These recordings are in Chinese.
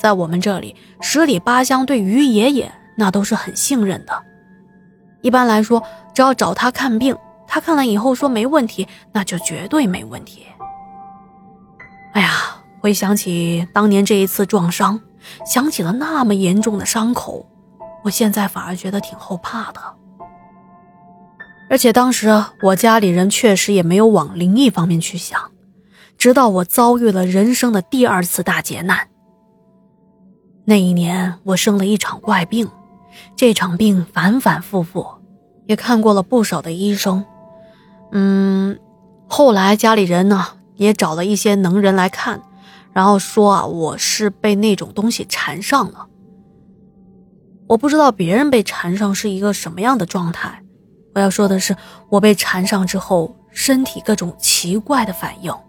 在我们这里十里八乡对于爷爷那都是很信任的。一般来说，只要找他看病，他看了以后说没问题，那就绝对没问题。哎呀，回想起当年这一次撞伤，想起了那么严重的伤口，我现在反而觉得挺后怕的。而且当时我家里人确实也没有往灵异方面去想，直到我遭遇了人生的第2次大劫难。那一年我生了一场怪病，这场病反反复复，也看过了不少的医生。后来家里人呢也找了一些能人来看，然后说我是被那种东西缠上了。我不知道别人被缠上是一个什么样的状态，我要说的是，我被缠上之后，身体各种奇怪的反应。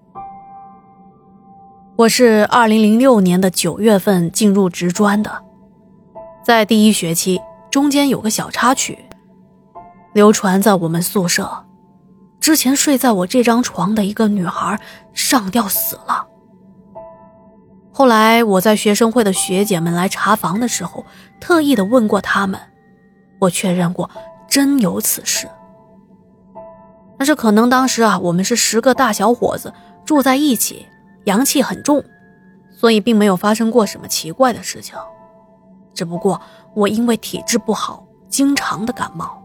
我是2006年的9月份进入职专的，在第1学期中间有个小插曲，流传在我们宿舍，之前睡在我这张床的一个女孩上吊死了。后来我在学生会的学姐们来查房的时候，特意的问过他们，我确认过真有此事。但是可能当时我们是10个大小伙子住在一起，阳气很重，所以并没有发生过什么奇怪的事情。只不过我因为体质不好，经常的感冒。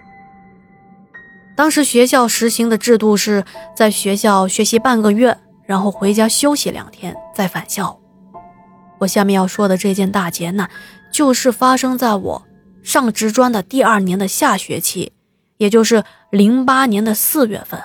当时学校实行的制度是在学校学习半个月，然后回家休息2天再返校。我下面要说的这件大劫难，就是发生在我上职专的第2年的下学期，也就是08年的4月份。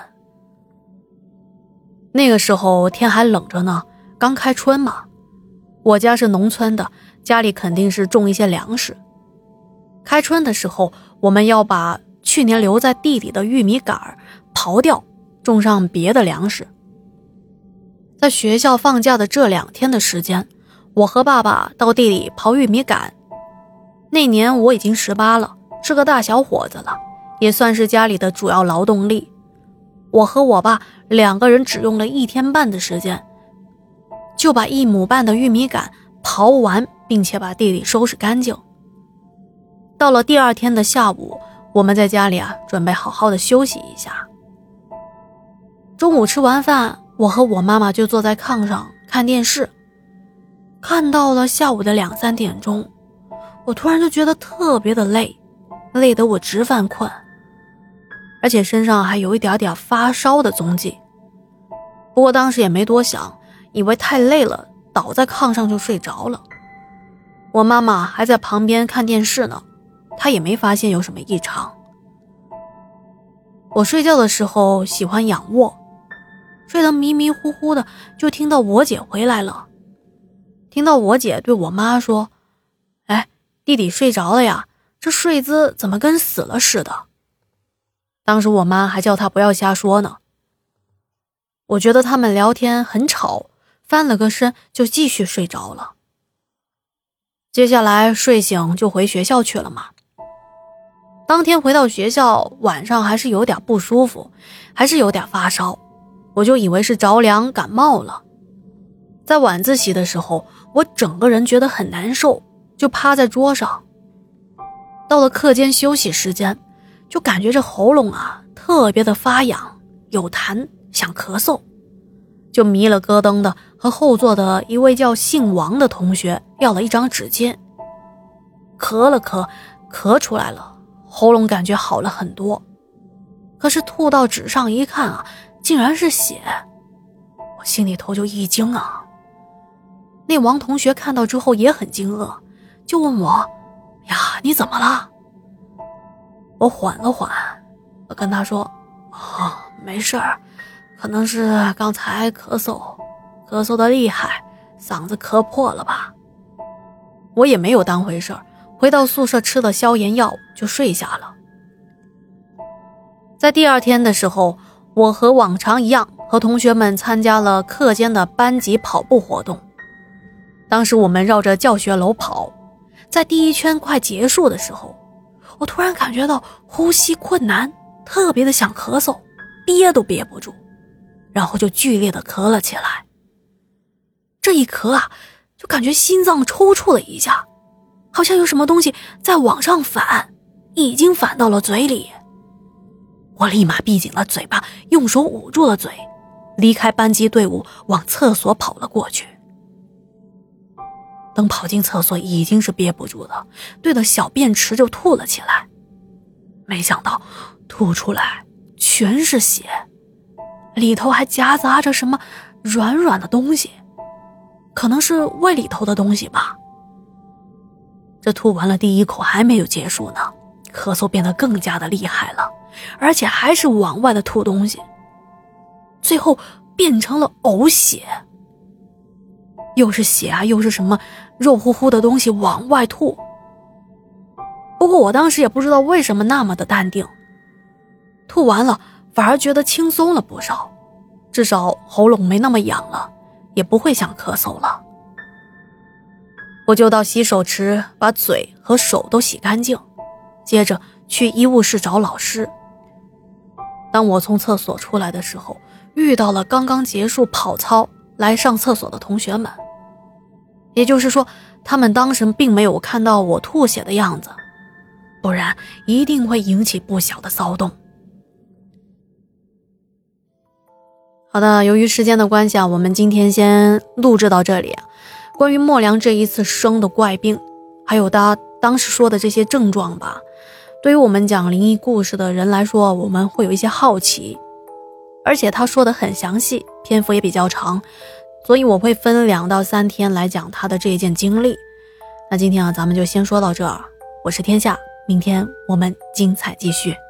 那个时候天还冷着呢，刚开春嘛。我家是农村的，家里肯定是种一些粮食。开春的时候，我们要把去年留在地里的玉米杆刨掉，种上别的粮食。在学校放假的这2天的时间，我和爸爸到地里刨玉米杆。那年我已经18了，是个大小伙子了，也算是家里的主要劳动力。我和我爸2个人只用了1天半的时间，就把1亩半的玉米杆刨完，并且把地里收拾干净。到了第2天的下午，我们在家里准备好好的休息一下。中午吃完饭，我和我妈妈就坐在炕上看电视，看到了下午的2、3点钟，我突然就觉得特别的累，累得我直犯困，而且身上还有一点点发烧的踪迹。不过当时也没多想，以为太累了，倒在炕上就睡着了。我妈妈还在旁边看电视呢，她也没发现有什么异常。我睡觉的时候喜欢仰卧，睡得迷迷糊糊的，就听到我姐回来了。听到我姐对我妈说，弟弟睡着了呀，这睡姿怎么跟死了似的。当时我妈还叫她不要瞎说呢。我觉得他们聊天很吵，翻了个身就继续睡着了。接下来睡醒就回学校去了嘛。当天回到学校，晚上还是有点不舒服，还是有点发烧，我就以为是着凉感冒了。在晚自习的时候，我整个人觉得很难受，就趴在桌上。到了课间休息时间，就感觉这喉咙特别的发痒，有痰，想咳嗽，就迷了咯噔的和后座的一位叫姓王的同学要了一张纸巾，咳了咳，咳出来了，喉咙感觉好了很多。可是吐到纸上一看竟然是血，我心里头就一惊那王同学看到之后也很惊愕，就问我，你怎么了？我缓了缓，我跟他说，没事儿，可能是刚才咳嗽的厉害，嗓子咳破了吧。我也没有当回事儿，回到宿舍吃了消炎药就睡下了。在第2天的时候，我和往常一样和同学们参加了课间的班级跑步活动。当时我们绕着教学楼跑，在第1圈快结束的时候，我突然感觉到呼吸困难，特别的想咳嗽，憋都憋不住，然后就剧烈的咳了起来。这一咳就感觉心脏抽搐了一下，好像有什么东西在往上反，已经反到了嘴里。我立马闭紧了嘴巴，用手捂住了嘴，离开班级队伍往厕所跑了过去。等跑进厕所已经是憋不住了，对着小便池就吐了起来。没想到吐出来全是血，里头还夹杂着什么软软的东西，可能是胃里头的东西吧。这吐完了第一口还没有结束呢，咳嗽变得更加的厉害了，而且还是往外的吐东西，最后变成了呕血。又是血啊，又是什么肉乎乎的东西往外吐。不过我当时也不知道为什么那么的淡定，吐完了反而觉得轻松了不少，至少喉咙没那么痒了，也不会想咳嗽了。我就到洗手池把嘴和手都洗干净，接着去医务室找老师。当我从厕所出来的时候，遇到了刚刚结束跑操来上厕所的同学们，也就是说他们当时并没有看到我吐血的样子，不然一定会引起不小的骚动。好的，由于时间的关系啊，我们今天先录制到这里。关于莫良这一次生的怪病，还有他当时说的这些症状吧，对于我们讲灵异故事的人来说，我们会有一些好奇，而且他说的很详细，篇幅也比较长，所以我会分2到3天来讲他的这一件经历。那今天啊，咱们就先说到这儿。我是天下，明天我们精彩继续。